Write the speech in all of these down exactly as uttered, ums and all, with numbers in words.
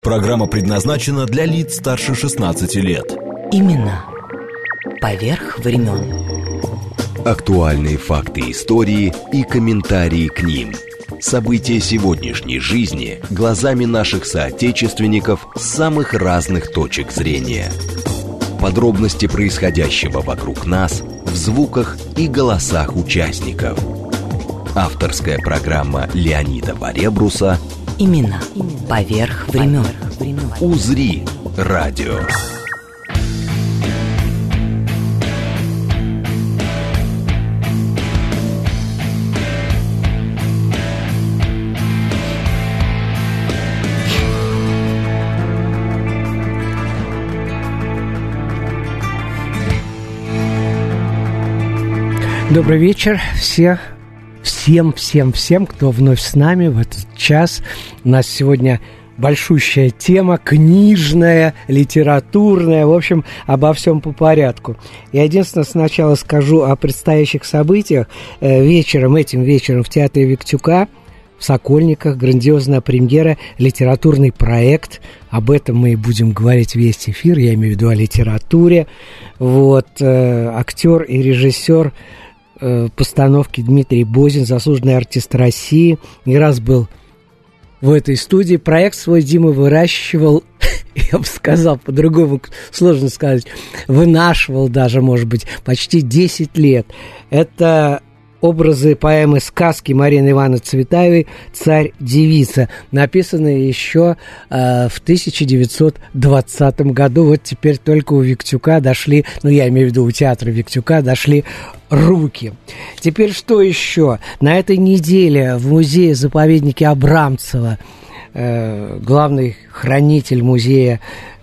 Программа предназначена для лиц старше шестнадцати лет. Имена поверх времен. Актуальные факты истории и комментарии к ним. События сегодняшней жизни глазами наших соотечественников с самых разных точек зрения. Подробности происходящего вокруг нас в звуках и голосах участников. Авторская программа Леонида Баребруса «Имена поверх времен». УЗРИ радио. Добрый вечер всех, всем, всем, всем, кто вновь с нами в этот час. У нас сегодня большущая тема, книжная, литературная, в общем, обо всем по порядку. Я единственное сначала скажу о предстоящих событиях. Вечером, этим вечером в Театре Виктюка в Сокольниках грандиозная премьера, литературный проект. Об этом мы и будем говорить весь эфир, я имею в виду о литературе. Вот, э, актер и режиссер постановки Дмитрий Бозин, заслуженный артист России, не раз был в этой студии. Проект свой Дима выращивал, я бы сказал, по-другому сложно сказать, вынашивал даже, может быть, почти десять лет. Это образы поэмы «Сказки» Марины Ивановны Цветаевой «Царь-девица», написанные еще э, в тысяча девятьсот двадцатом году. Вот теперь только у Виктюка дошли, ну, я имею в виду у театра Виктюка, дошли руки. Теперь что еще? На этой неделе в музее-заповеднике Абрамцева э, главный хранитель музея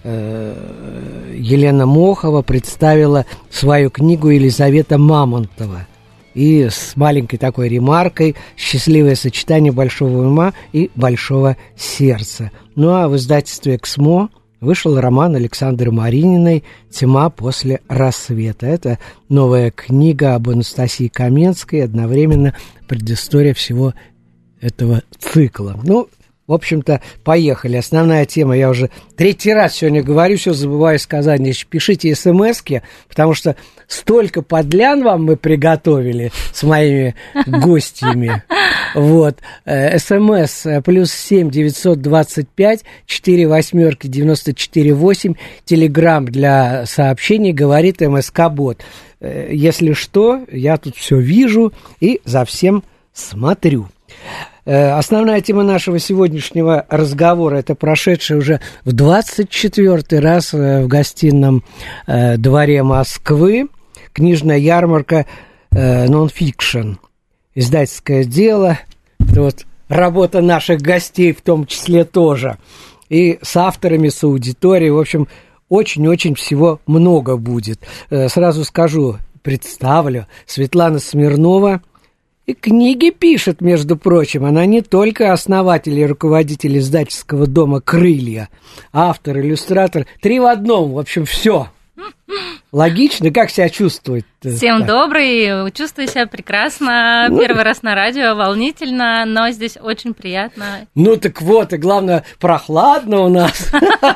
э, Елена Мохова представила свою книгу «Елизавета Мамонтова». И с маленькой такой ремаркой: счастливое сочетание большого ума и большого сердца. Ну а в издательстве «Эксмо» вышел роман Александры Марининой «Тьма после рассвета». Это новая книга об Анастасии Каменской, одновременно предыстория всего этого цикла. Ну, в общем-то, поехали. Основная тема, я уже третий раз сегодня говорю, все забываю сказать. Значит, пишите смски, потому что столько подлян вам мы приготовили с моими гостями. Вот. СМС плюс семь девятьсот двадцать пять четыре восьмерки девяносто четыре восемь. Телеграм для сообщений, говорит МСК-бот. Если что, я тут все вижу и за всем смотрю. Основная тема нашего сегодняшнего разговора – это прошедшая уже в двадцать четвёртый раз в гостином дворе Москвы книжная ярмарка «Нонфикшн». Издательское дело, это вот работа наших гостей в том числе тоже. И с авторами, с аудиторией, в общем, очень-очень всего много будет. Сразу скажу, представлю, Светлана Смирнова. И книги пишет, между прочим. Она не только основатель и руководитель издательского дома «Крылья», автор, иллюстратор. Три в одном, в общем, все. Логично? Как себя чувствует? Всем добрый, чувствую себя прекрасно. Ну, первый раз на радио, волнительно, но здесь очень приятно. Ну так вот, и главное, прохладно у нас.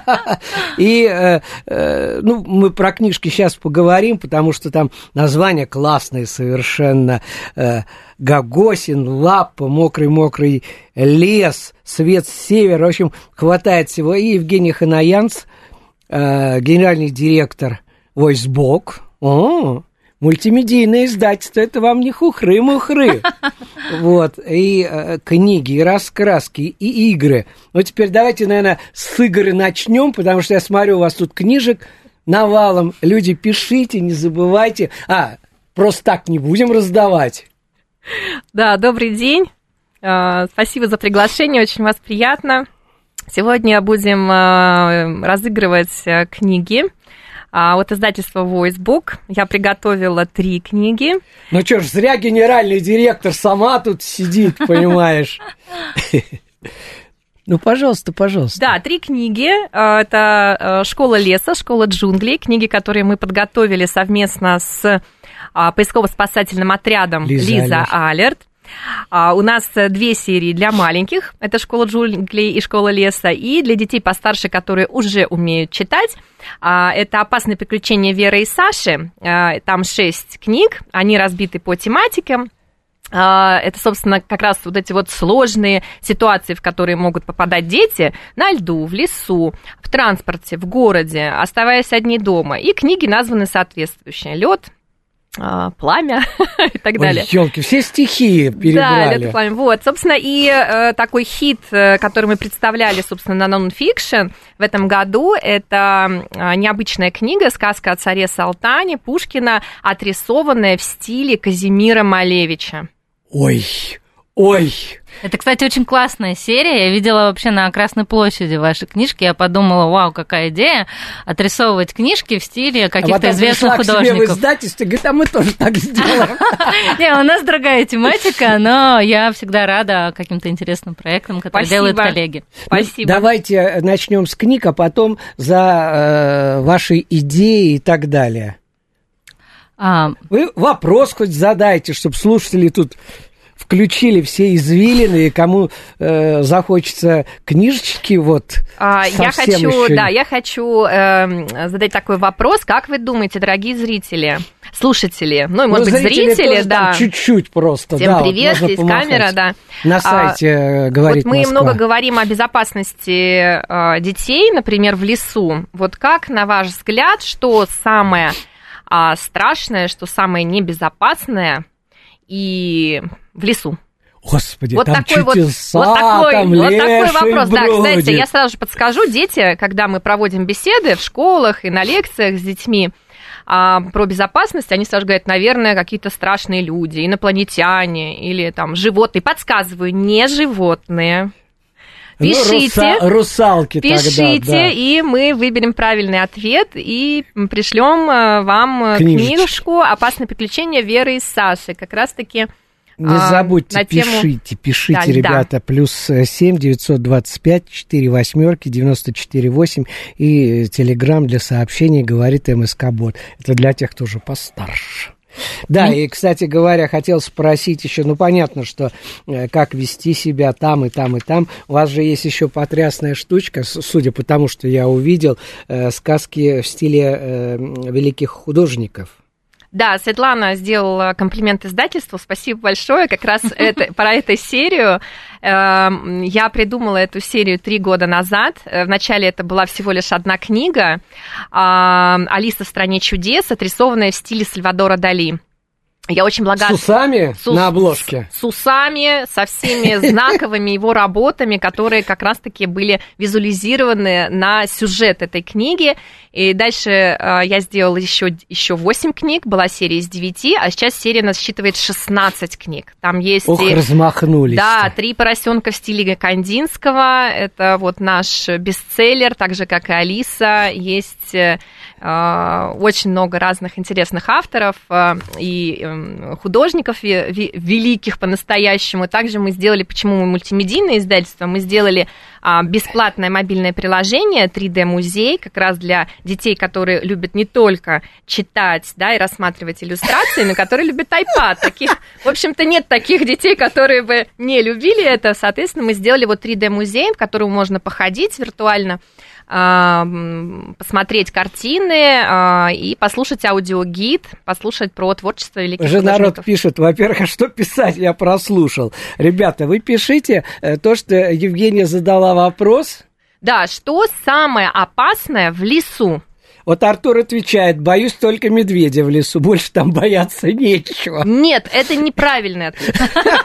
И ну, мы про книжки сейчас поговорим, потому что там названия классные совершенно. Гогосин, Лапа, Мокрый-мокрый лес, Свет с севера. В общем, хватает всего. И Евгений Ханаянц, генеральный директор Войсбок. О, мультимедийное издательство, это вам не хухры-мухры. Вот, и э, книги, и раскраски, и игры. Ну, теперь давайте, наверное, с игры начнем, потому что я смотрю, у вас тут книжек навалом. Люди, пишите, не забывайте. А, просто так не будем раздавать. Да, добрый день. Спасибо за приглашение, очень вас приятно. Сегодня будем разыгрывать книги от издательства Войсбук. Я приготовила три книги. Ну что ж, зря генеральный директор сама тут сидит, понимаешь. Ну, пожалуйста, пожалуйста. Да, три книги. Это «Школа леса», «Школа джунглей», книги, которые мы подготовили совместно с поисково-спасательным отрядом Лиза, Лиза Алерт. А, у нас две серии для маленьких, это «Школа джунглей» и «Школа леса», и для детей постарше, которые уже умеют читать, а, это «Опасные приключения Веры и Саши», а, там шесть книг, они разбиты по тематике. Это, собственно, как раз вот эти вот сложные ситуации, в которые могут попадать дети на льду, в лесу, в транспорте, в городе, оставаясь одни дома. И книги названы соответствующие: «Лед», «Пламя» и так далее. Ой, ёлки, все стихии перебрали. Да, «Лед» и «Пламя». Вот, собственно, и э, такой хит, который мы представляли, собственно, на Non-Fiction в этом году, это э, необычная книга «Сказка о царе Салтане» Пушкина, отрисованная в стиле Казимира Малевича. Ой, ой. Это, кстати, очень классная серия. Я видела вообще на Красной площади ваши книжки. Я подумала, вау, какая идея отрисовывать книжки в стиле каких-то а известных художников. А потом пришла к себе в издательство и говорит, а мы тоже так сделаем. Не, у нас другая тематика, но я всегда рада каким-то интересным проектам, которые делают коллеги. Спасибо. Давайте начнем с книг, а потом за ваши идеи и так далее. Вы вопрос хоть задайте, чтобы слушатели тут включили все извилины, и кому э, захочется книжечки, вот, а, я хочу, еще... да, я хочу э, задать такой вопрос. Как вы думаете, дорогие зрители, слушатели, ну, и, может ну, быть, зрители, зрители да. чуть-чуть просто. Всем да, привет, вот здесь помахать. Камера, да. На сайте а, «Говорит Вот мы Москва». много говорим о безопасности э, детей, например, в лесу. Вот как, на ваш взгляд, что самое э, страшное, что самое небезопасное и в лесу? Господи, вот там такой вот, чудеса, вот такой, там вот такой вопрос. бродит. Да, кстати, я сразу же подскажу, дети, когда мы проводим беседы в школах и на лекциях с детьми а, про безопасность, они сразу говорят, наверное, какие-то страшные люди, инопланетяне или там животные. Подсказываю, не животные. Пишите, ну, руса- русалки пишите, тогда, да. И мы выберем правильный ответ и пришлем вам Книжечки. Книжку «Опасные приключения Веры и Саши». Как раз-таки не забудьте, на тему... пишите, пишите, да, ребята, да. плюс семь девятьсот двадцать пять четыре восьмерки девяносто четыре восемь и телеграм для сообщений «Говорит МСК-бот». Это для тех, кто уже постарше. Да, и, кстати говоря, хотел спросить еще, ну, понятно, что э, как вести себя там и там и там. У вас же есть еще потрясная штучка, судя по тому, что я увидел, э, сказки в стиле э, великих художников. Да, Светлана сделала комплимент издательству, спасибо большое. Как раз это, про эту серию. Я придумала эту серию три года назад. Вначале это была всего лишь одна книга «Алиса в стране чудес», отрисованная в стиле Сальвадора Дали. Я очень благодарна. С усами с, на обложке? С, с усами, со всеми знаковыми его работами, которые как раз-таки были визуализированы на сюжет этой книги. И дальше э, я сделала еще, еще восемь книг, была серия из девяти, а сейчас серия насчитывает шестнадцать книг. Там есть... Ох, и, размахнулись. Да, «Три поросенка» в стиле Кандинского. Это вот наш бестселлер, так же, как и «Алиса». Есть... очень много разных интересных авторов и художников великих по-настоящему. Также мы сделали, почему мы мультимедийное издательство, мы сделали бесплатное мобильное приложение три дэ-музей, как раз для детей, которые любят не только читать, да, и рассматривать иллюстрации, но которые любят iPad. Таких, в общем-то, нет таких детей, которые бы не любили это. Соответственно, мы сделали вот три дэ-музей, в котором можно походить виртуально, посмотреть картины и послушать аудиогид, послушать про творчество великих Уже художников. Народ пишет, во-первых, а что писать, я прослушал. Ребята, вы пишите то, что Евгения задала вопрос. Да, что самое опасное в лесу? Вот Артур отвечает, боюсь только медведя в лесу, больше там бояться нечего. Нет, это неправильный ответ.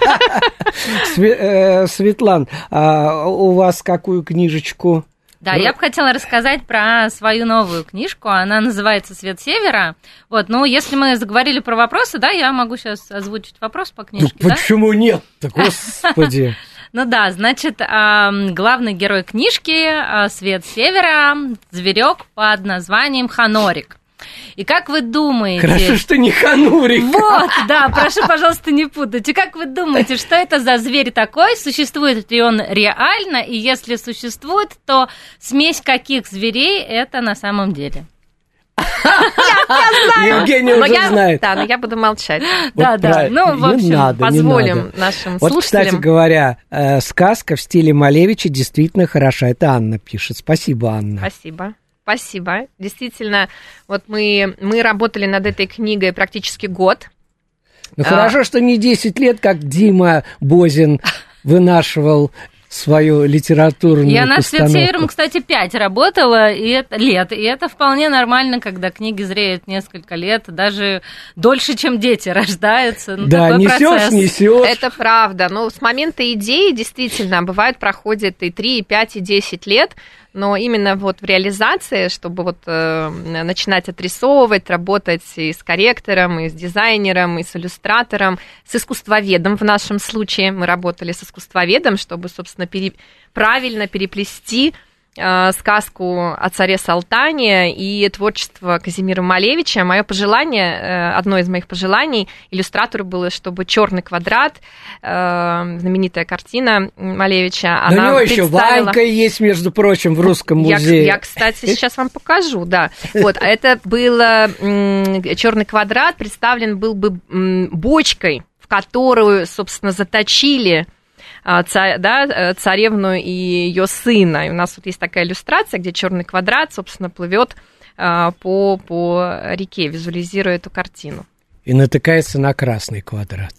Светлан, у вас какую книжечку? Да, я бы хотела рассказать про свою новую книжку. Она называется «Свет севера». Вот, ну, если мы заговорили про вопросы, да, я могу сейчас озвучить вопрос по книжке, да? Почему нет-то, господи? Ну да, значит, главный герой книжки «Свет севера» – зверек под названием Ханорик. И как вы думаете... Хорошо, что не Ханурик. Вот, да, прошу, пожалуйста, не путайте. Как вы думаете, что это за зверь такой? Существует ли он реально? И если существует, то смесь каких зверей это на самом деле? Я Я знаю. Евгения Но уже я- знает. Да, но я буду молчать. Да, Вот да. правильно. Ну, в Не общем, надо, не Позволим надо. нашим Вот, кстати слушателям. говоря, э, сказка в стиле Малевича действительно хороша. Это Анна пишет. Спасибо, Анна. Спасибо. Спасибо. Действительно, вот мы, мы работали над этой книгой практически год. Ну, А. хорошо, что не десять лет, как Дима Бозин вынашивал свою литературную Я над постановку. «Свет-Севером», кстати, пять работала и это, лет, и это вполне нормально, когда книги зреют несколько лет, даже дольше, чем дети рождаются. Ну, Да, такой несешь, процесс. несешь. Это правда. Ну, с момента идеи действительно бывает проходит и три, и пять, и десять лет, но именно вот в реализации, чтобы вот э, начинать отрисовывать, работать и с корректором, и с дизайнером, и с иллюстратором, с искусствоведом в нашем случае. Мы работали с искусствоведом, чтобы, собственно, пере... правильно переплести э, сказку о царе Салтане и творчество Казимира Малевича. Мое пожелание, э, одно из моих пожеланий иллюстратору было, чтобы «Черный квадрат», э, знаменитая картина Малевича, Да она у него еще представила... Ванька есть, между прочим, в русском Я, музее. я, кстати, сейчас вам покажу, да. Вот, а это было «Черный квадрат», представлен был бы м, бочкой, в которую, собственно, заточили а, ца- да, царевну и ее сына. И у нас вот есть такая иллюстрация, где черный квадрат, собственно, плывет а, по, по реке, визуализируя эту картину. И натыкается на красный квадрат.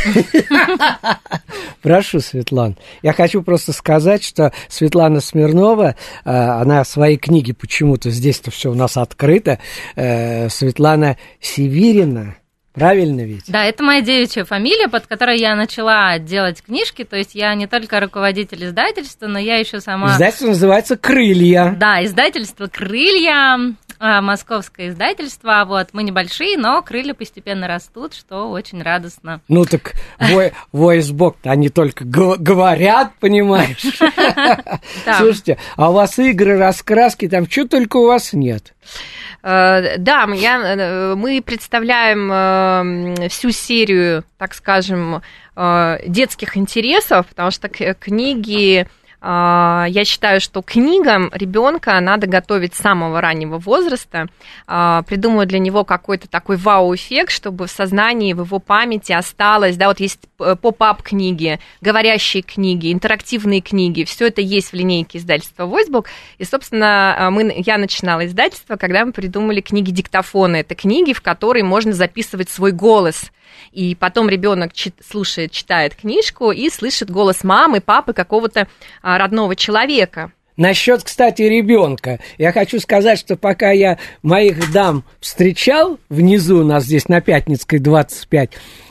Прошу, Светлана. Я хочу просто сказать, что Светлана Смирнова, э, она свои книги почему-то, здесь-то все у нас открыто, э, Светлана Северина, правильно ведь? Да, это моя девичья фамилия, под которой я начала делать книжки, то есть я не только руководитель издательства, но я еще сама... Издательство называется «Крылья». Да, издательство «Крылья», а, московское издательство, вот, мы небольшие, но крылья постепенно растут, что очень радостно. Ну так войсбок-то они только г- говорят, понимаешь? Слушайте, а у вас игры, раскраски, там что только у вас нет? Да, я, мы представляем всю серию, так скажем, детских интересов, потому что книги... Я считаю, что книгам ребенка надо готовить с самого раннего возраста, придумывать для него какой-то такой вау-эффект, чтобы в сознании, в его памяти осталось, да, вот есть поп-ап книги, говорящие книги, интерактивные книги, все это есть в линейке издательства Voicebook, и, собственно, мы, я начинала издательство, когда мы придумали книги-диктофоны, это книги, в которые можно записывать свой голос. И потом ребенок чит, слушает, читает книжку и слышит голос мамы, папы, какого-то а, родного человека. Насчет, кстати, ребенка. Я хочу сказать, что пока я моих дам встречал внизу, у нас здесь на Пятницкой двадцать пять,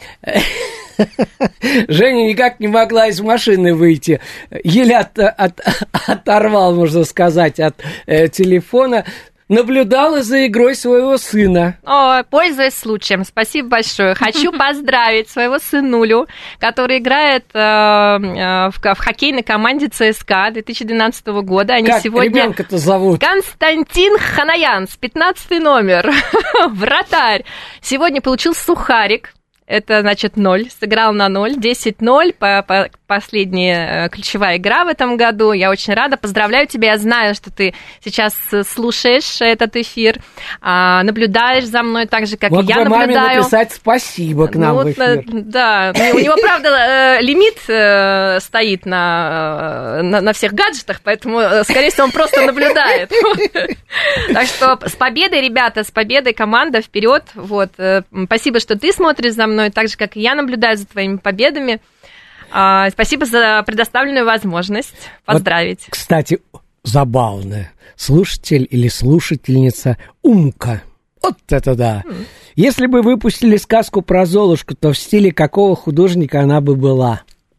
Женя никак не могла из машины выйти. Еле от, от, оторвал, можно сказать, от э, телефона. Наблюдала за игрой своего сына. О, пользуясь случаем, спасибо большое. Хочу поздравить своего сынулю, который играет э, э, в, в хоккейной команде ЦСКА две тысячи двенадцатого года. Они как сегодня... ребенка-то зовут? Константин Ханаянс, пятнадцатый номер, вратарь. Сегодня получил сухарик. Это, значит, ноль, сыграл на ноль, десять ноль, по, по, последняя ключевая игра в этом году. Я очень рада, поздравляю тебя, я знаю, что ты сейчас слушаешь этот эфир, наблюдаешь за мной так же, как вот и я бы наблюдаю. маме написать спасибо к нам ну, в эфир. Да, у него, правда, лимит стоит на, на, на всех гаджетах, поэтому, скорее всего, он просто наблюдает. Так что с победой, ребята, с победой, команда, вперед. Вот. Спасибо, что ты смотришь за мной, так же, как и я наблюдаю за твоими победами. Спасибо за предоставленную возможность поздравить. Вот, кстати, забавно. Слушатель или слушательница Умка. Вот это да. Mm. Если бы выпустили сказку про Золушку, то в стиле какого художника она бы была?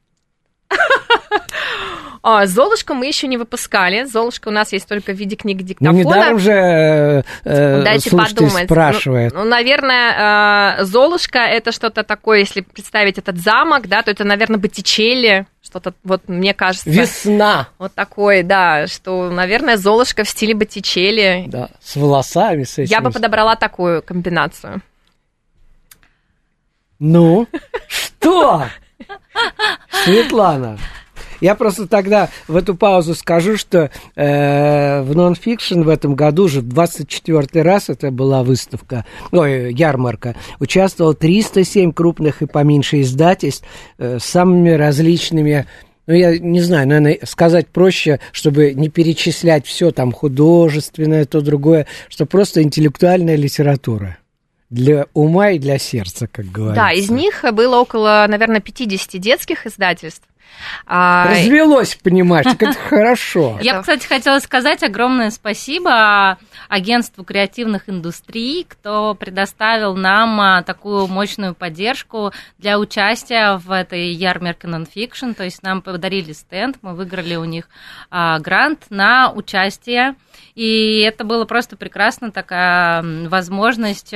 А, Золушку мы еще не выпускали. Золушка у нас есть только в виде книги диктофона. Ну, недаром же э, э, Дайте слушатель подумать. спрашивает. Ну, ну, наверное, э, Золушка это что-то такое, если представить этот замок, да, то это, наверное, Боттичелли. Что-то, вот, мне кажется... Весна. Вот такое, да, что, наверное, Золушка в стиле Боттичелли. Да, с волосами, с этим. Я бы подобрала такую комбинацию. Ну, что? Светлана, Я просто тогда в эту паузу скажу, что э, в нон-фикшн в этом году уже в двадцать четвёртый раз это была выставка, ой, ярмарка, участвовало триста семь крупных и поменьше издательств э, с самыми различными. Ну, я не знаю, наверное, сказать проще, чтобы не перечислять все там художественное, то другое, что просто интеллектуальная литература. Для ума и для сердца, как говорится. Да, из них было около, наверное, пятьдесят детских издательств. Развелось, понимаешь, так это хорошо. Я бы, кстати, хотела сказать огромное спасибо агентству креативных индустрий, кто предоставил нам такую мощную поддержку для участия в этой ярмарке нонфикшн. То есть нам подарили стенд, мы выиграли у них грант на участие. И это было просто прекрасно, такая возможность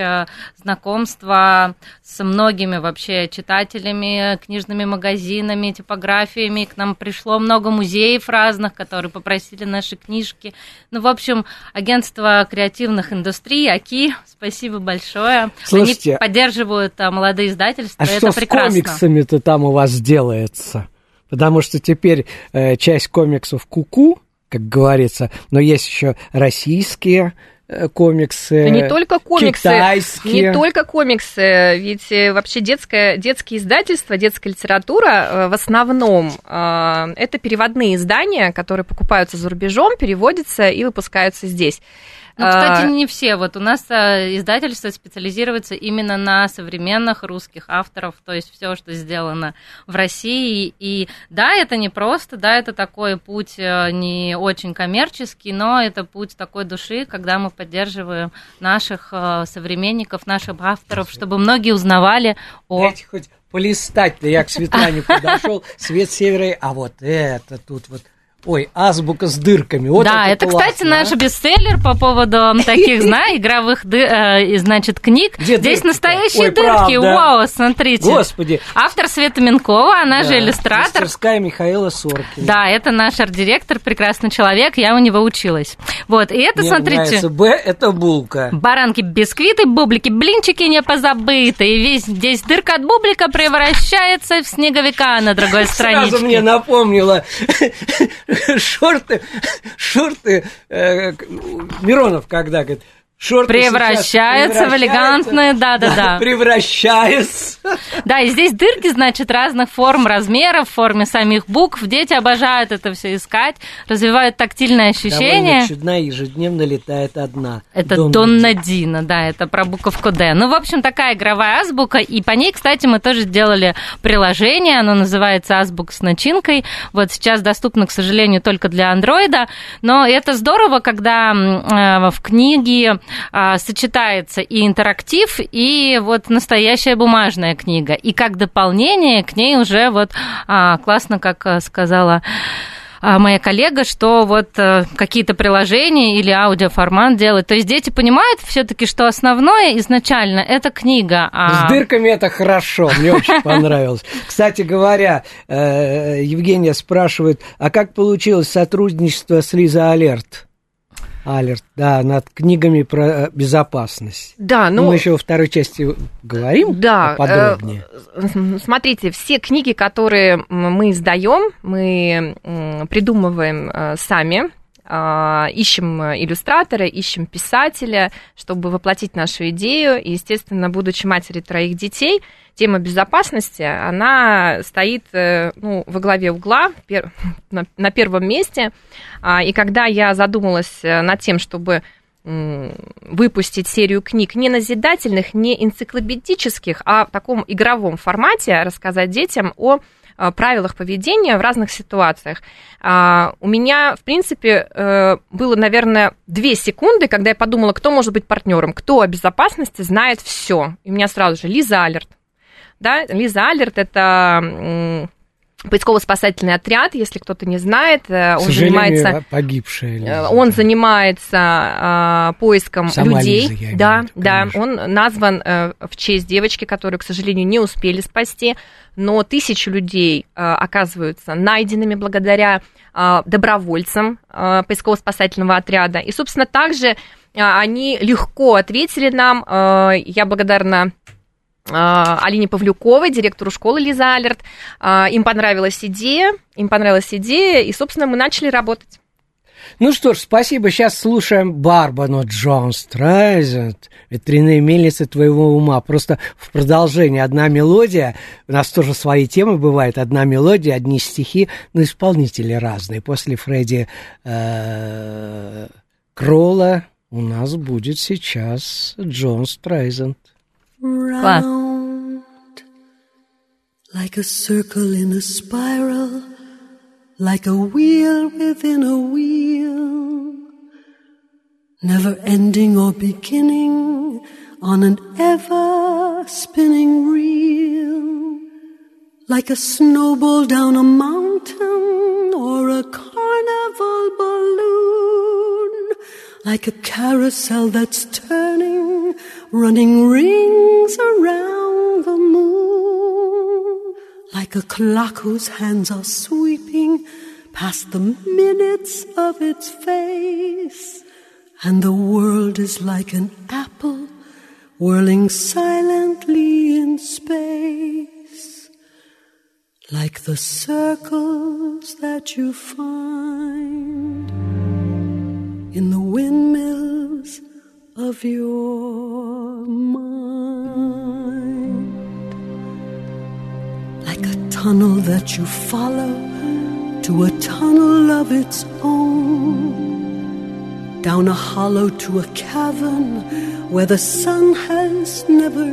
знакомства с многими вообще читателями, книжными магазинами, типографиями. К нам пришло много музеев разных, которые попросили наши книжки. Ну, в общем, агентство креативных индустрий, АКИ, спасибо большое. Слушайте, они поддерживают молодые издательства, а это что прекрасно. С комиксами-то там у вас делается? Потому что теперь э, часть комиксов ку-ку, как говорится, но есть еще российские э, комиксы, да не только комиксы, китайские. Не только комиксы, ведь вообще детское, детские издательства, детская литература в основном это переводные издания, которые покупаются за рубежом, переводятся и выпускаются здесь. Ну, кстати, не все. Вот у нас издательство специализируется именно на современных русских авторов, то есть все, что сделано в России. И да, это не просто, да, это такой путь не очень коммерческий, но это путь такой души, когда мы поддерживаем наших современников, наших авторов, чтобы многие узнавали о... Дайте хоть полистать-то. Я к Светлане подошел, «Свет севера», а вот это тут вот... Ой, азбука с дырками. Вот да, это, это классно, кстати, наш бестселлер по поводу таких, знаешь, игровых, значит, книг. Где Здесь дырки-то? настоящие Ой, дырки. правда. Вау, смотрите. Господи. Автор Света Минкова, она да. же иллюстратор. Мастерская Михаила Соркина. Да, это наш арт-директор, прекрасный человек, я у него училась. Вот, и это, Мне смотрите. нравится. Б – это булка. Баранки, бисквиты, бублики, блинчики не позабыты. И весь здесь дырка от бублика превращается в снеговика на другой страничке. Сразу мне напомнило шорты. Шорты э, Миронов, когда говорит, шорты превращаются в элегантные, да-да-да. Превращаются. Да, и здесь дырки, значит, разных форм, размеров, в форме самих букв. Дети обожают это все искать, развивают тактильное ощущение. Довольно чудная, ежедневно летает одна. Это Дон Донна Дина, да, это про буковку Д. Ну, в общем, такая игровая азбука, и по ней, кстати, мы тоже сделали приложение, оно называется «Азбука с начинкой». Вот сейчас доступно, к сожалению, только для андроида, но это здорово, когда э, в книге э, сочетается и интерактив, и вот настоящая бумажная книга. И как дополнение к ней уже вот э, классно, как сказала моя коллега, что вот какие-то приложения или аудиоформат делать. То есть дети понимают все-таки, что основное изначально это книга. А... С дырками это хорошо, мне очень понравилось. Кстати говоря, Евгения спрашивает, а как получилось сотрудничество с Лиза Алерт? Алерт, да, над книгами про безопасность. Да, ну... Мы еще во второй части говорим да, подробнее. Э, смотрите, все книги, которые мы издаем, мы придумываем э, сами, э, ищем иллюстратора, ищем писателя, чтобы воплотить нашу идею. И, естественно, будучи матерью троих детей, тема безопасности, она стоит ну, во главе угла, пер, на, на первом месте. И когда я задумалась над тем, чтобы выпустить серию книг не назидательных, не энциклопедических, а в таком игровом формате, рассказать детям о правилах поведения в разных ситуациях. У меня, в принципе, было, наверное, две секунды, когда я подумала, кто может быть партнером, кто о безопасности знает все. И у меня сразу же Лиза Алерт. Да, Лиза Алерт – это поисково-спасательный отряд, если кто-то не знает. Он занимается, погибшая Лиза, он да. занимается а, поиском Сама людей. Лиза, я да, имею в виду, да, он назван а, в честь девочки, которую, к сожалению, не успели спасти. Но тысячи людей а, оказываются найденными благодаря а, добровольцам а, поисково-спасательного отряда. И, собственно, также а, они легко ответили нам. А, я благодарна Алине Павлюковой, директору школы Лиза Алерт. Им понравилась идея, им понравилась идея, и, собственно, мы начали работать. Ну что ж, спасибо. Сейчас слушаем Барбану Джон Страйзенд, «Ветряные мельницы твоего ума». Просто в продолжении одна мелодия. У нас тоже свои темы бывают. Одна мелодия, одни стихи, но исполнители разные. После Фредди э, Кролла у нас будет сейчас Джон Страйзенд. Класс. Like a circle in a spiral, like a wheel within a wheel, never ending or beginning on an ever spinning reel, like a snowball down a mountain or a carnival balloon, like a carousel that's turning, running rings around the moon, like a clock whose hands are sweeping past the minutes of its face, and the world is like an apple whirling silently in space, like the circles that you find in the windmills of your mind, like a tunnel that you follow to a tunnel of its own, down a hollow to a cavern where the sun has never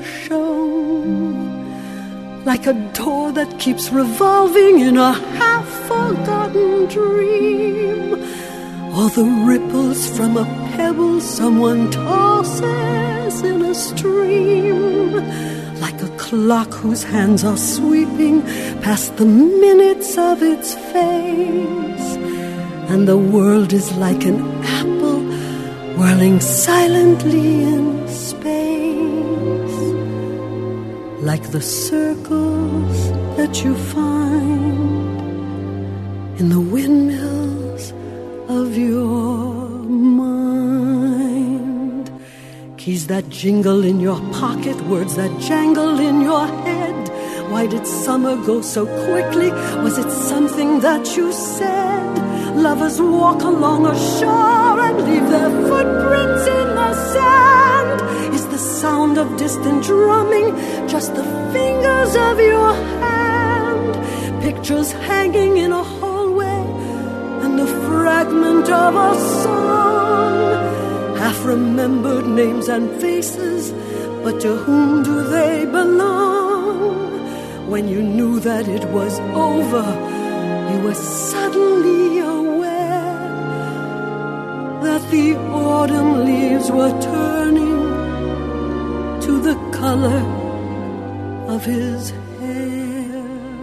shone, like a door that keeps revolving in a half-forgotten dream, or the ripples from a pebble someone tosses in a stream, like a clock whose hands are sweeping past the minutes of its face, and the world is like an apple whirling silently in space, like the circles that you find in the windmills of your mind. Keys that jingle in your pocket, words that jangle in your head. Why did summer go so quickly? Was it something that you said? Lovers walk along a shore and leave their footprints in the sand. Is the sound of distant drumming just the fingers of your hand? Pictures hanging in a hallway and the fragment of a song, half-remembered names and faces, but to whom do they belong? When you knew that it was over, you were suddenly aware that the autumn leaves were turning to the color of his hair,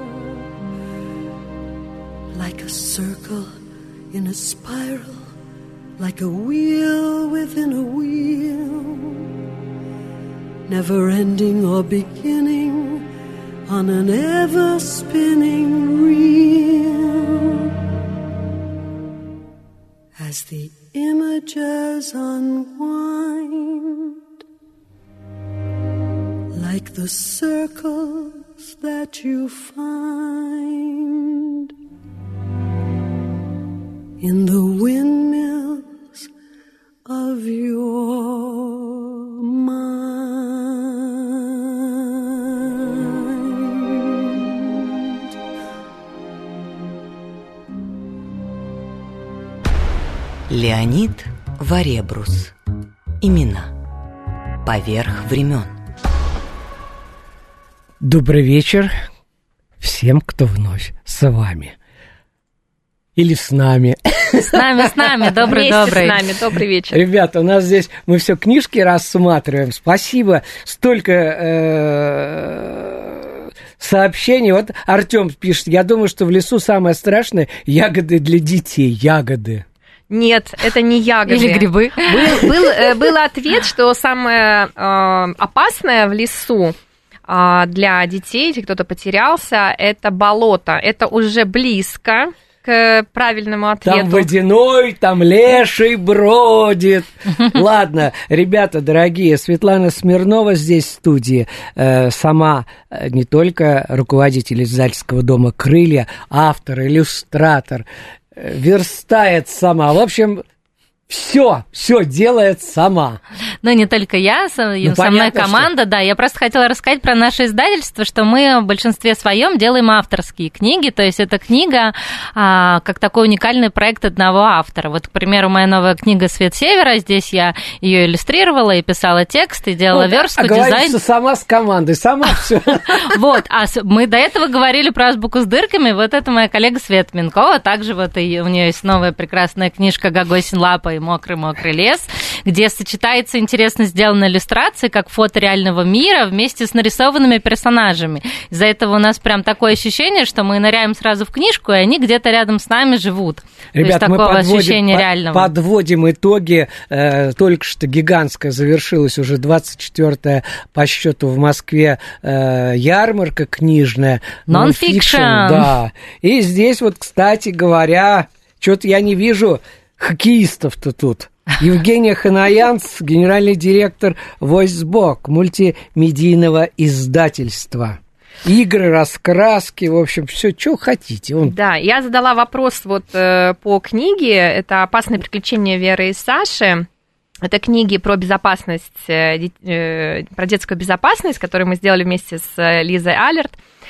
like a circle in a spiral, like a wheel within a wheel, never ending or beginning on an ever-spinning reel, as the images unwind, like the circles that you find in the windmills of your mind. Леонид Варебрус. Имена. Поверх времен. Добрый вечер всем, кто вновь с вами. Или с нами. С нами, с нами, добрый-добрый. С нами, добрый вечер. Ребята, у нас здесь, мы все книжки рассматриваем. Спасибо. Столько э, сообщений. Вот Артем пишет, я думаю, что в лесу самое страшное – ягоды для детей. Ягоды. Нет, это не ягоды. Или грибы. Был, был, был ответ, что самое э, опасное в лесу для детей, если кто-то потерялся, это болото. Это уже близко. к правильному ответу. Там водяной, там леший бродит. Ладно, ребята дорогие, Светлана Смирнова здесь в студии. Э, сама э, не только руководитель издательского дома «Крылья», автор, иллюстратор, э, верстает сама. В общем... Все, все делает сама. Но не только я, со, ну, со мной команда, что... да. Я просто хотела рассказать про наше издательство, что мы в большинстве своем делаем авторские книги, то есть это книга а, как такой уникальный проект одного автора. Вот, к примеру, моя новая книга «Свет Севера», здесь я ее иллюстрировала и писала текст, и делала вот, верстку, а дизайн. А сама с командой, сама все. Вот, а мы до этого говорили про азбуку с дырками, вот это моя коллега Света Минкова, также вот у нее есть новая прекрасная книжка «Гогосин лапа» и «Мокрый-мокрый лес», где сочетается интересно сделанная иллюстрация, как фото реального мира, вместе с нарисованными персонажами. Из-за этого у нас прям такое ощущение, что мы ныряем сразу в книжку, и они где-то рядом с нами живут. Ребят, то есть мы такого подводим, ощущения под, реального. подводим итоги. Э, только что гигантская завершилась уже двадцать четвёртая по счету в Москве э, ярмарка книжная. Non-fiction. Да. И здесь вот, кстати говоря, что-то я не вижу хоккеистов-то тут. Евгения Ханаянц, генеральный директор Voicebook, мультимедийного издательства. Игры, раскраски, в общем, все, что хотите. Он... Да, я задала вопрос вот э, по книге. Это «Опасные приключения Веры и Саши». Это книги про безопасность, э, э, про детскую безопасность, которую мы сделали вместе с Лизой Алерт.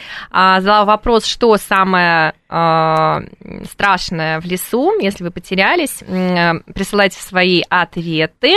А, задала вопрос, что самое э, страшное в лесу, если вы потерялись. Э, присылайте свои ответы.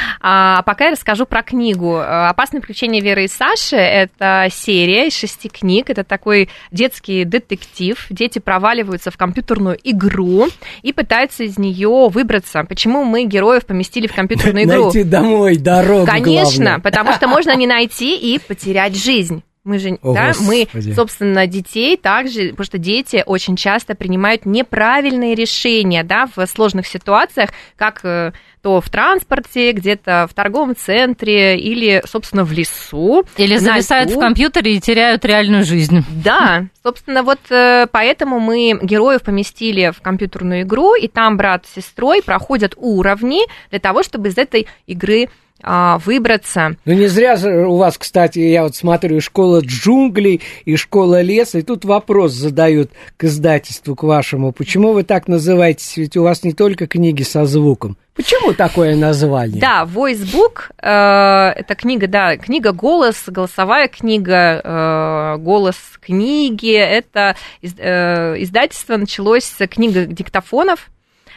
А пока я расскажу про книгу. «Опасные приключения Веры и Саши» — это серия из шести книг. Это такой детский детектив. Дети проваливаются в компьютерную игру и пытаются из нее выбраться. Почему мы героев поместили в компьютерную игру? Найти домой дорогу. Конечно, главное. Потому что можно не найти и потерять жизнь. Мы же, О, да, Господи. мы, собственно, детей также, потому что дети очень часто принимают неправильные решения, да, в сложных ситуациях, как то в транспорте, где-то в торговом центре или, собственно, в лесу. Или зависают в компьютере и теряют реальную жизнь. Да, собственно, вот поэтому мы героев поместили в компьютерную игру, и там брат с сестрой проходят уровни для того, чтобы из этой игры выбраться. Ну, не зря же у вас, кстати, я вот смотрю, и школа джунглей, и школа леса, и тут вопрос задают к издательству, к вашему. Почему вы так называетесь? Ведь у вас не только книги со звуком. Почему такое название? Да, Voicebook э, это книга, да, книга «Голос», голосовая книга, э, «Голос книги». Это э, издательство началось с книг диктофонов.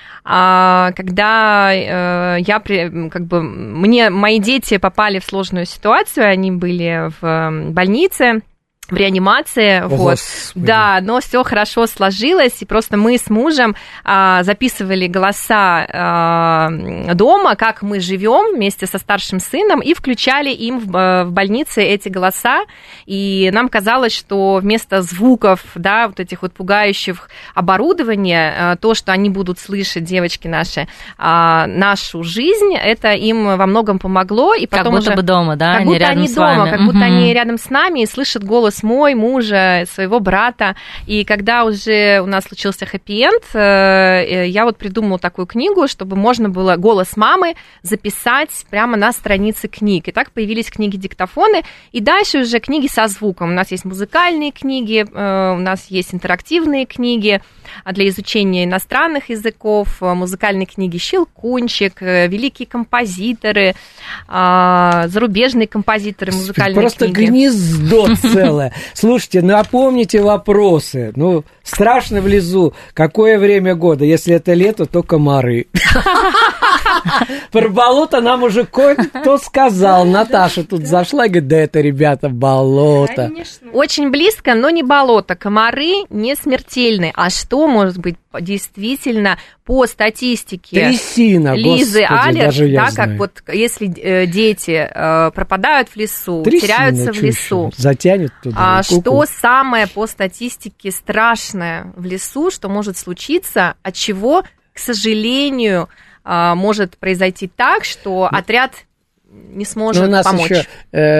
Когда э, я, как бы, мне, мои дети попали в сложную ситуацию, они были в больнице, в реанимации, О, вот, Господи. Да, но все хорошо сложилось, и просто мы с мужем а, записывали голоса а, дома, как мы живем вместе со старшим сыном, и включали им в, в больнице эти голоса, и нам казалось, что вместо звуков, да, вот этих вот пугающих оборудования, то, что они будут слышать, девочки наши, а, нашу жизнь, это им во многом помогло, и потом как будто уже, бы дома, да, как они будто рядом они с дома, вами. как будто они рядом с нами и слышат голос мой, мужа, своего брата. И когда уже у нас случился хэппи-энд, я вот придумала такую книгу, чтобы можно было голос мамы записать прямо на странице книг. И так появились книги-диктофоны. И дальше уже книги со звуком. У нас есть музыкальные книги, у нас есть интерактивные книги для изучения иностранных языков, музыкальные книги «Щелкунчик», великие композиторы, зарубежные композиторы, музыкальные Просто книги. Просто гнездо целое. Слушайте, напомните вопросы. Ну, страшно внизу. Какое время года? Если это лето, то комары. Про болото нам уже кое-кто сказал. Наташа тут зашла и говорит, да это, ребята, болото. Очень близко, но не болото. Комары не смертельны. А что может быть действительно по статистике Трясина, Лизы Господи, Алерт, да, знаю. как вот если э, дети э, пропадают в лесу, Трясина, теряются в чуть лесу, затянет туда. а ку-ку. что самое по статистике страшное в лесу, что может случиться, от чего, к сожалению, может произойти так, что отряд не сможет у нас помочь. еще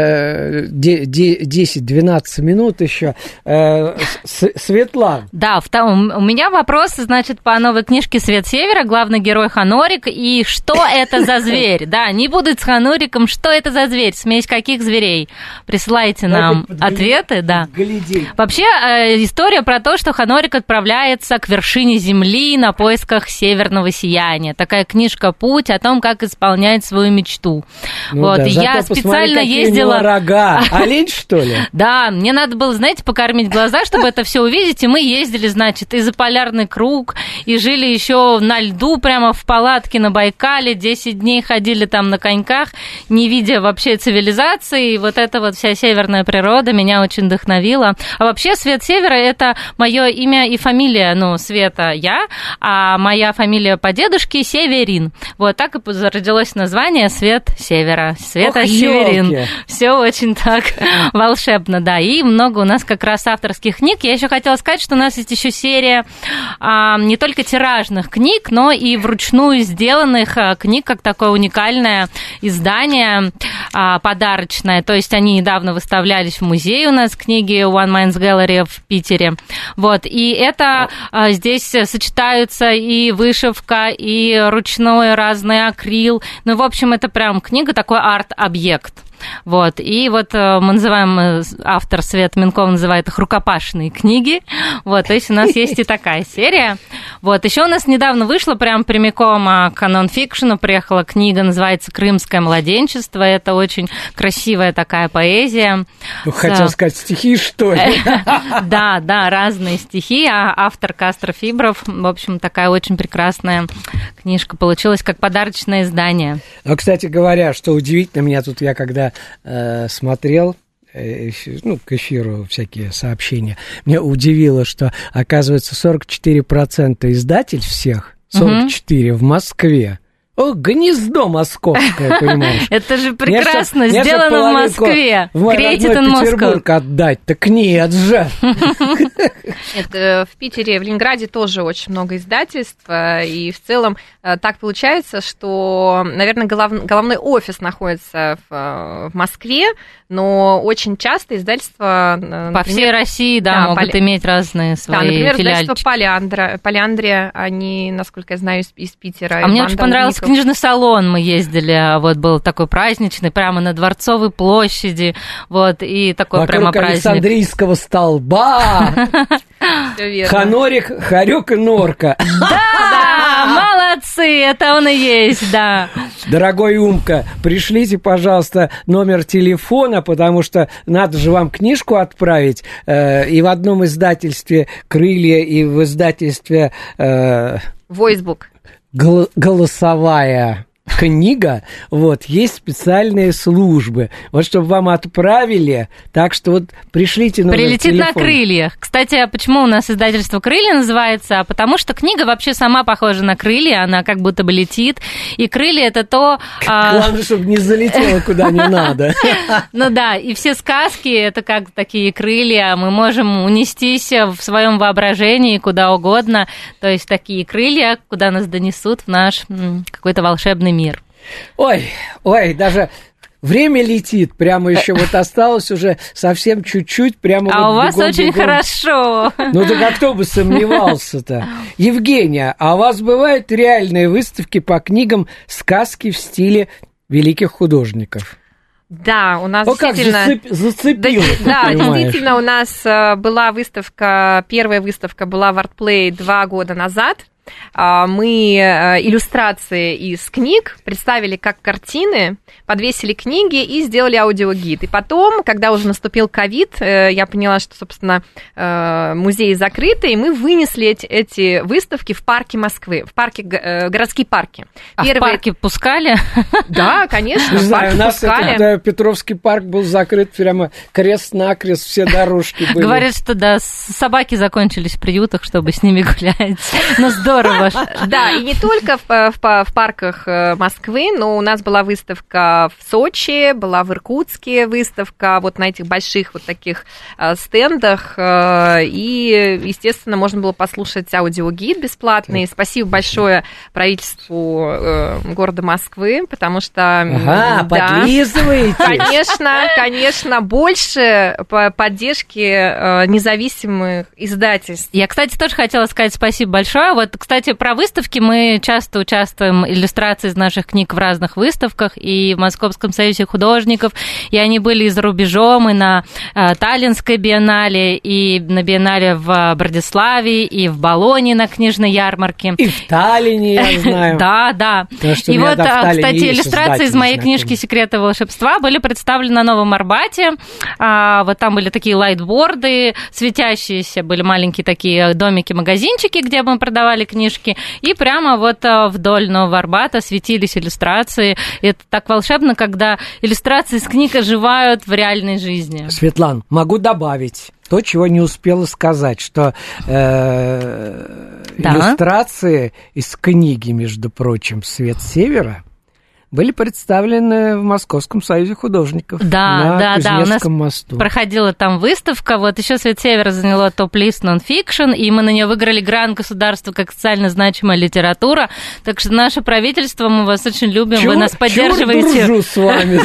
э, десять-двенадцать минут еще. Э, Светлана. Да, в том, у меня вопрос, значит, по новой книжке «Свет Севера», главный герой Ханурик, и что это за зверь? Да, не будут с Хануриком, что это за зверь, смесь каких зверей? Присылайте нам ответы, да. Вообще, э, история про то, что Ханурик отправляется к вершине Земли на поисках северного сияния. Такая книжка «Путь» о том, как исполнять свою мечту. Ну вот, да, и я специально ездила... У него рога. Олень, что ли? Да, мне надо было, знаете, покормить глаза, чтобы это все увидеть, и мы ездили, значит, и за полярный круг, и жили еще на льду прямо в палатке на Байкале, десять дней ходили там на коньках, не видя вообще цивилизации, и вот эта вот вся северная природа меня очень вдохновила. А вообще «Свет Севера» — это мое имя и фамилия, ну, Света я, а моя фамилия по дедушке Северин. Вот так и родилось название «Свет Севера». Света Ох, Северин. ёлки. Все очень так волшебно, да. И много у нас как раз авторских книг. Я еще хотела сказать, что у нас есть еще серия а, не только тиражных книг, но и вручную сделанных а, книг, как такое уникальное издание а, подарочное. То есть они недавно выставлялись в музее у нас, книги One Minds Gallery в Питере. Вот. И это а, здесь сочетаются и вышивка, и ручной разный акрил. Ну, в общем, это прям книга, такой арт-объект. Вот, и вот мы называем, автор Свет Минкова называет их рукопашные книги, вот, то есть у нас есть и такая серия. Вот, еще у нас недавно вышла прям прямиком к нон-фикшену, приехала книга, называется «Крымское младенчество», это очень красивая такая поэзия. Ну, хотел сказать, стихи, что ли? Да, да, разные стихи, а автор Кастро Фибров, в общем, такая очень прекрасная книжка получилась, как подарочное издание. Ну, кстати говоря, что удивительно, меня тут, я когда э, смотрел, э, ну, к эфиру всякие сообщения, меня удивило, что, оказывается, сорок четыре процента издательств всех, сорок четыре угу. в Москве. О, гнездо московское, понимаешь? Это же прекрасно, сделано в Москве. В мой родной Петербург отдать, так нет же. В Питере, в Ленинграде тоже очень много издательств, и в целом так получается, что, наверное, голов, головной офис находится в, в Москве, но очень часто издательства... Например, по всей России, да, да могут поли... иметь разные свои да, например, филиальчики. издательство Полиандра, Полиандрия, они, насколько я знаю, из, из Питера. А мне очень понравился книжный салон, мы ездили, вот был такой праздничный, прямо на Дворцовой площади, вот, и такой вокруг прямо праздник. Александрийского столба, Ханурик, Хорек и Норка. Да, молодцы, это он и есть, да. Дорогой Умка, пришлите, пожалуйста, номер телефона, потому что надо же вам книжку отправить. И в одном издательстве «Крылья», и в издательстве... Voicebook. Голосовая книга, вот, есть специальные службы, вот, чтобы вам отправили, так что вот пришлите номер Прилетит телефона. на крыльях. Кстати, почему у нас издательство «Крылья» называется? Потому что книга вообще сама похожа на крылья, она как будто бы летит, и крылья — это то... Главное, чтобы не залетело куда не надо. Ну да, и все сказки — это как такие крылья, мы можем унестись в своем воображении куда угодно, то есть такие крылья, куда нас донесут в наш какой-то волшебный мир. Ой, ой, даже время летит, прямо еще вот осталось уже совсем чуть-чуть, прямо а вот у вас бегом, очень бегом. Хорошо. Ну так а кто бы сомневался-то? Евгения, а у вас бывают реальные выставки по книгам сказки в стиле великих художников? Да, у нас О, действительно... Как зацеп... зацепил, да, да действительно, у нас была выставка, первая выставка была в ArtPlay два года назад. Мы иллюстрации из книг представили как картины, подвесили книги и сделали аудиогид. И потом, когда уже наступил ковид, я поняла, что, собственно, музеи закрыты, и мы вынесли эти, эти выставки в парке Москвы, в парке, городские парки. А Первые... в парке пускали? Да, конечно, не в знаю, парке у нас пускали. Это, Петровский парк был закрыт прямо крест-накрест, все дорожки были. Говорят, что да, собаки закончились в приютах, чтобы с ними гулять. Ну, здорово. здорово. Да, и не только в, в, в парках Москвы, но у нас была выставка в Сочи, была в Иркутске выставка вот на этих больших вот таких стендах, и, естественно, можно было послушать аудиогид бесплатный. Спасибо большое правительству города Москвы, потому что... Ага, да, подлизываете. Конечно, конечно, больше поддержки независимых издательств. Я, кстати, тоже хотела сказать спасибо большое. Вот, кстати, про выставки мы часто участвуем, иллюстрации из наших книг в разных выставках, и в Московском союзе художников, и они были и за рубежом, и на э, Таллинской биеннале, и на биеннале в Братиславе, и в Болонье на книжной ярмарке. И в Таллине, я знаю. Да, да. И вот, кстати, иллюстрации из моей книжки «Секреты волшебства» были представлены на Новом Арбате. Вот там были такие лайтборды светящиеся, были маленькие такие домики-магазинчики, где мы продавали книжки, и прямо вот вдоль Нового Арбата светились иллюстрации. И это так волшебно, когда иллюстрации с книг оживают в реальной жизни. Светлана, могу добавить то, чего не успела сказать, что э, да. иллюстрации из книги, между прочим, «Свет севера» были представлены в Московском союзе художников да, на да, Кузнецком да. У нас мосту. Проходила там выставка, вот еще «Свет севера» заняло топ-лист нон-фикшн, и мы на нее выиграли грант государства как социально значимая литература, так что наше правительство, мы вас очень любим, Чур, вы нас поддерживаете. Чур дружу с вами.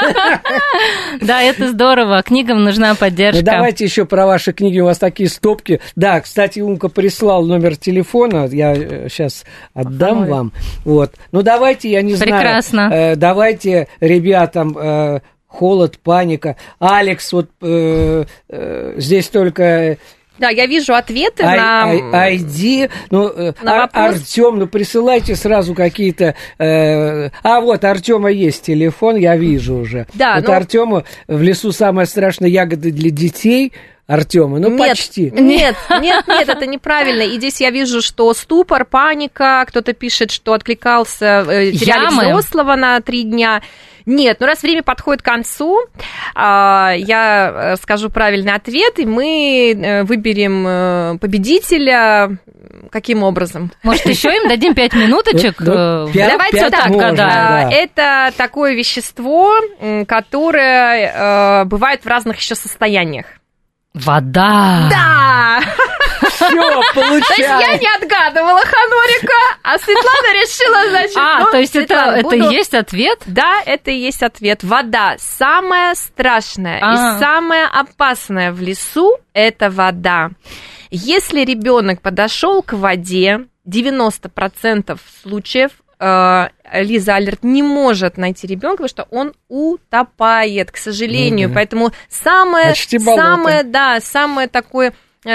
Да, это здорово, книгам нужна поддержка. Давайте еще про ваши книги, у вас такие стопки. Да, кстати, Умка прислал номер телефона, я сейчас отдам вам. Вот. Ну, давайте, я не знаю. Прекрасно. Э, давайте ребятам э, «Холод», «Паника». Алекс, вот э, э, здесь только... Да, я вижу ответы I, на... ай ди, ну, на Ар- Артём, ну, присылайте сразу какие-то... Э, а, вот, Артёма есть телефон, я вижу уже. Да, вот ну... Артёму в лесу самая страшная ягода для детей... Артёма, ну нет, почти. Нет, нет, нет, это неправильно. И здесь я вижу, что ступор, паника, кто-то пишет, что откликался, э, теряли Ямы. взрослого на три дня. Нет, ну раз время подходит к концу, я скажу правильный ответ, и мы выберем победителя. Каким образом? Может, еще им дадим пять минуточек? Давайте так. Это такое вещество, которое бывает в разных еще состояниях. Вода! Да! Все, получаем! То есть я не отгадывала, Ханорика, а Светлана решила, значит... А, ну, то есть Светлана, это, буду... это и есть ответ? Да, это и есть ответ. Вода самая страшная А-а-а. и самая опасная в лесу – это вода. Если ребенок подошел к воде, девяносто процентов случаев Лиза Алерт не может найти ребенка, потому что он утопает, к сожалению. Mm-hmm. Поэтому самое, самое, да, самое такое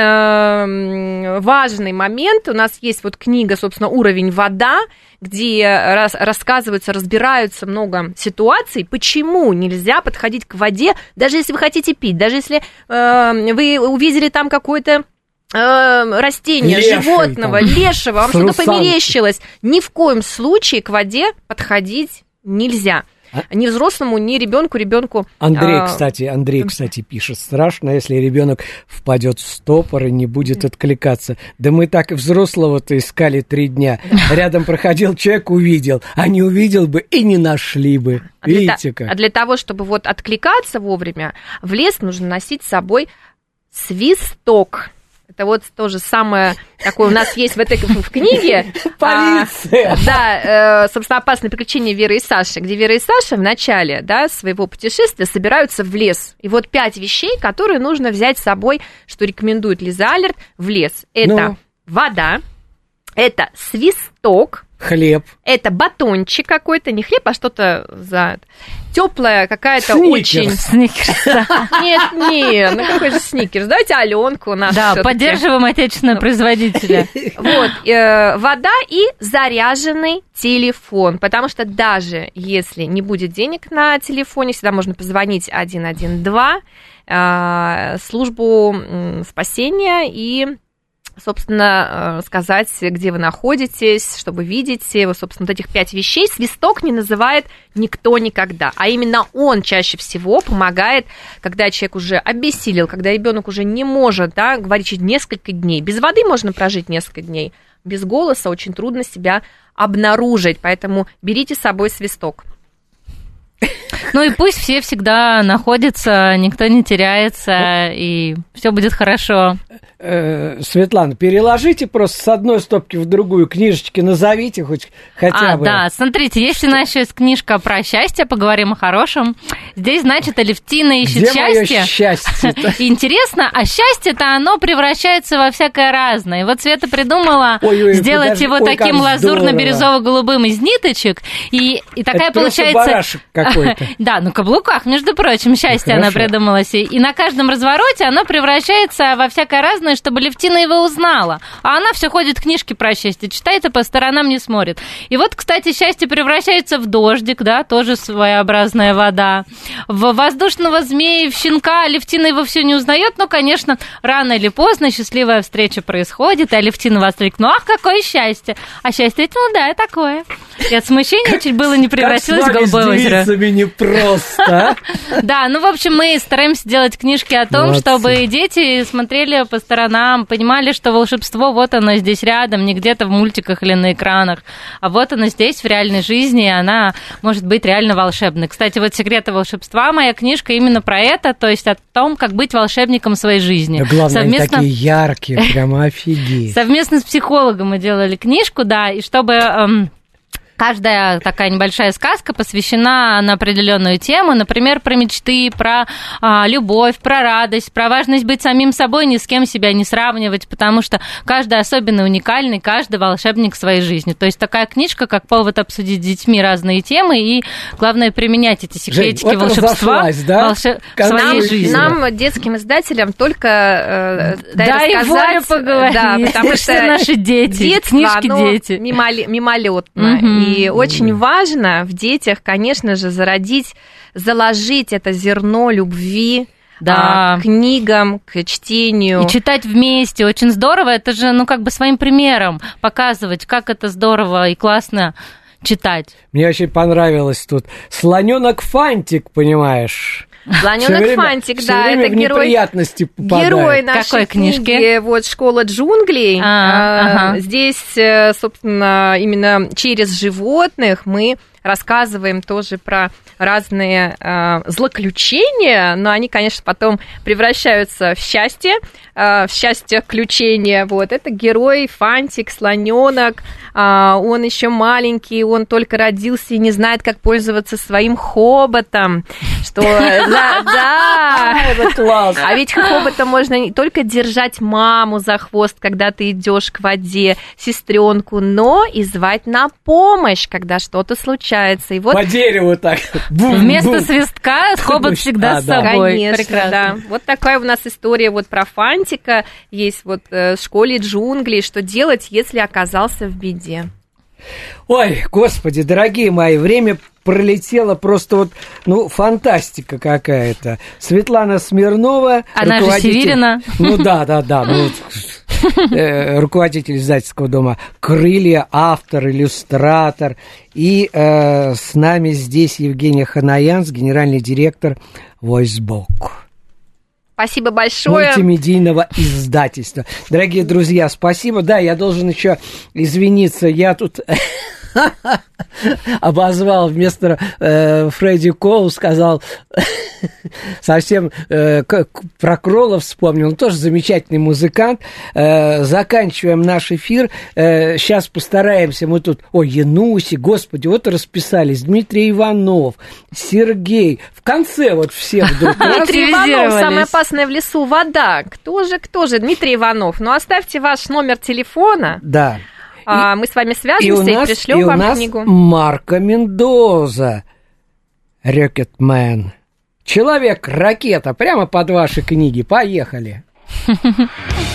э, важный момент. У нас есть вот книга, собственно, «Уровень вода», где рас, рассказываются, разбираются много ситуаций, почему нельзя подходить к воде, даже если вы хотите пить, даже если э, вы увидели там какой-то растения, Леший, животного, там, лешего, вам что-то померещилось. Ни в коем случае к воде подходить нельзя. А? Ни взрослому, ни ребенку, ребенку. Андрей, а... кстати, Андрей, кстати, пишет: страшно, если ребенок впадет в стопор и не будет откликаться. Да мы так и взрослого-то искали три дня. Рядом проходил человек, увидел, а не увидел бы и не нашли бы. А Видите для, как? А для того, чтобы вот откликаться вовремя, в лес нужно носить с собой свисток. Это вот тоже самое такое у нас есть в этой в книге. Полиция! А, да, э, собственно, «Опасные приключения Веры и Саши», где Вера и Саша в начале, да, своего путешествия собираются в лес. И вот пять вещей, которые нужно взять с собой, что рекомендует Лиза Алерт, в лес. Это ну? вода, это свисток, хлеб. Это батончик какой-то, не хлеб, а что-то за... Теплая какая-то Сникерс. очень... Сникерс. Нет, нет, ну какой же сникерс? Давайте Аленку у нас. Да, поддерживаем отечественного производителя. Вот, э, вода и заряженный телефон, потому что даже если не будет денег на телефоне, всегда можно позвонить один один два, э, службу спасения и... собственно, сказать, где вы находитесь, чтобы видеть, вот, собственно, вот этих пять вещей. Свисток не называет никто никогда, а именно он чаще всего помогает, когда человек уже обессилел, когда ребенок уже не может, да, говорить через несколько дней. Без воды можно прожить несколько дней, без голоса очень трудно себя обнаружить, поэтому берите с собой свисток. Ну и пусть все всегда находятся, никто не теряется, и все будет хорошо. Светлана, переложите просто с одной стопки в другую книжечки, назовите хоть хотя а, бы. Да, смотрите, если у нас сейчас книжка про счастье, поговорим о хорошем. Здесь, значит, Алевтина ищет Где счастье. Моё счастье? Интересно, а счастье-то оно превращается во всякое разное. И вот Света придумала ой, ой, сделать подожди, его ой, таким лазурно-бирюзово-голубым из ниточек, и, и такая Это получается... барашек какой-то. Да, на каблуках, между прочим, счастье она придумала себе. И на каждом развороте оно превращается во всякое разное, чтобы Левтина его узнала. А она все ходит, книжки про счастье читает и по сторонам не смотрит. И вот, кстати, счастье превращается в дождик, да, тоже своеобразная вода. В воздушного змея, в щенка. Левтина его все не узнает, но, конечно, рано или поздно счастливая встреча происходит, и Алевтина воскликнет: ну, ах, какое счастье! А счастье это молодое такое. И от смущения чуть было не превратилось в голубое озеро. Как с вами непросто. Да, ну, в общем, мы стараемся делать книжки о том, чтобы дети смотрели по сторонам, понимали, что волшебство, вот оно здесь рядом, не где-то в мультиках или на экранах, а вот оно здесь, в реальной жизни, и она может быть реально волшебной. Кстати, вот «Секреты волшебства», моя книжка именно про это, то есть о том, как быть волшебником своей жизни. Да, главное, Совместно... они такие яркие, прямо офигеть. Совместно с психологом мы делали книжку, да, и чтобы... Каждая такая небольшая сказка посвящена на определенную тему, например, про мечты, про а, любовь, про радость, про важность быть самим собой, ни с кем себя не сравнивать, потому что каждый особенно уникальный, каждый волшебник в своей жизни. То есть такая книжка, как повод обсудить с детьми разные темы и, главное, применять эти секретики Жень, волшебства да? волше... в своей нам, жизни. Нам, детским издателям, только э, дай волю поговорить, да, потому что наши дети, детство, книжки дети. Мимолетно. Угу. И очень важно в детях, конечно же, зародить, заложить это зерно любви, да. К книгам, к чтению. И читать вместе. Очень здорово. Это же, ну, как бы своим примером показывать, как это здорово и классно читать. Мне очень понравилось тут. Слоненок Фантик, понимаешь? Слоненок Фантик, да, это герой, герой нашей Какой книги, книжки? Вот «Школа джунглей». А, ага. Здесь, собственно, именно через животных мы рассказываем тоже про разные э, злоключения, но они, конечно, потом превращаются в счастье, э, в счастье-ключение. Вот. Это герой Фантик, слоненок. Э, он еще маленький, он только родился и не знает, как пользоваться своим хоботом. Что, да, да. Это класс. А ведь хоботом можно не только держать маму за хвост, когда ты идешь к воде, сестренку, но и звать на помощь, когда что-то случается. И вот... По дереву так. Бум, Вместо бум. свистка хобот всегда а, с собой. Конечно, прекрасно. Да. Вот такая у нас история вот про Фантика. Есть вот в «Школе джунглей», что делать, если оказался в беде. Ой, господи, дорогие мои, время пролетело просто вот, ну, фантастика какая-то. Светлана Смирнова. Она же Северина. Ну да, да, да. Ну, руководитель издательского дома «Крылья», автор, иллюстратор. И э, с нами здесь Евгения Ханаянс, генеральный директор Voicebook. Спасибо большое. Мультимедийного издательства. Дорогие друзья, спасибо. Да, я должен еще извиниться. Я тут обозвал вместо э, Фредди Коул, сказал совсем э, про Кролла вспомнил. Он тоже замечательный музыкант. Э, заканчиваем наш эфир. Э, сейчас постараемся. Мы тут... Ой, Януси, господи, вот расписались. Дмитрий Иванов, Сергей. В конце вот все вдруг. Дмитрий Иванов, самое опасное в лесу — вода. Кто же, кто же Дмитрий Иванов? Ну, оставьте ваш номер телефона. Да. А, мы с вами свяжемся и, и пришлем и вам у нас книгу. Марко Мендоза, Рокетмен. Человек-ракета, прямо под ваши книги. Поехали.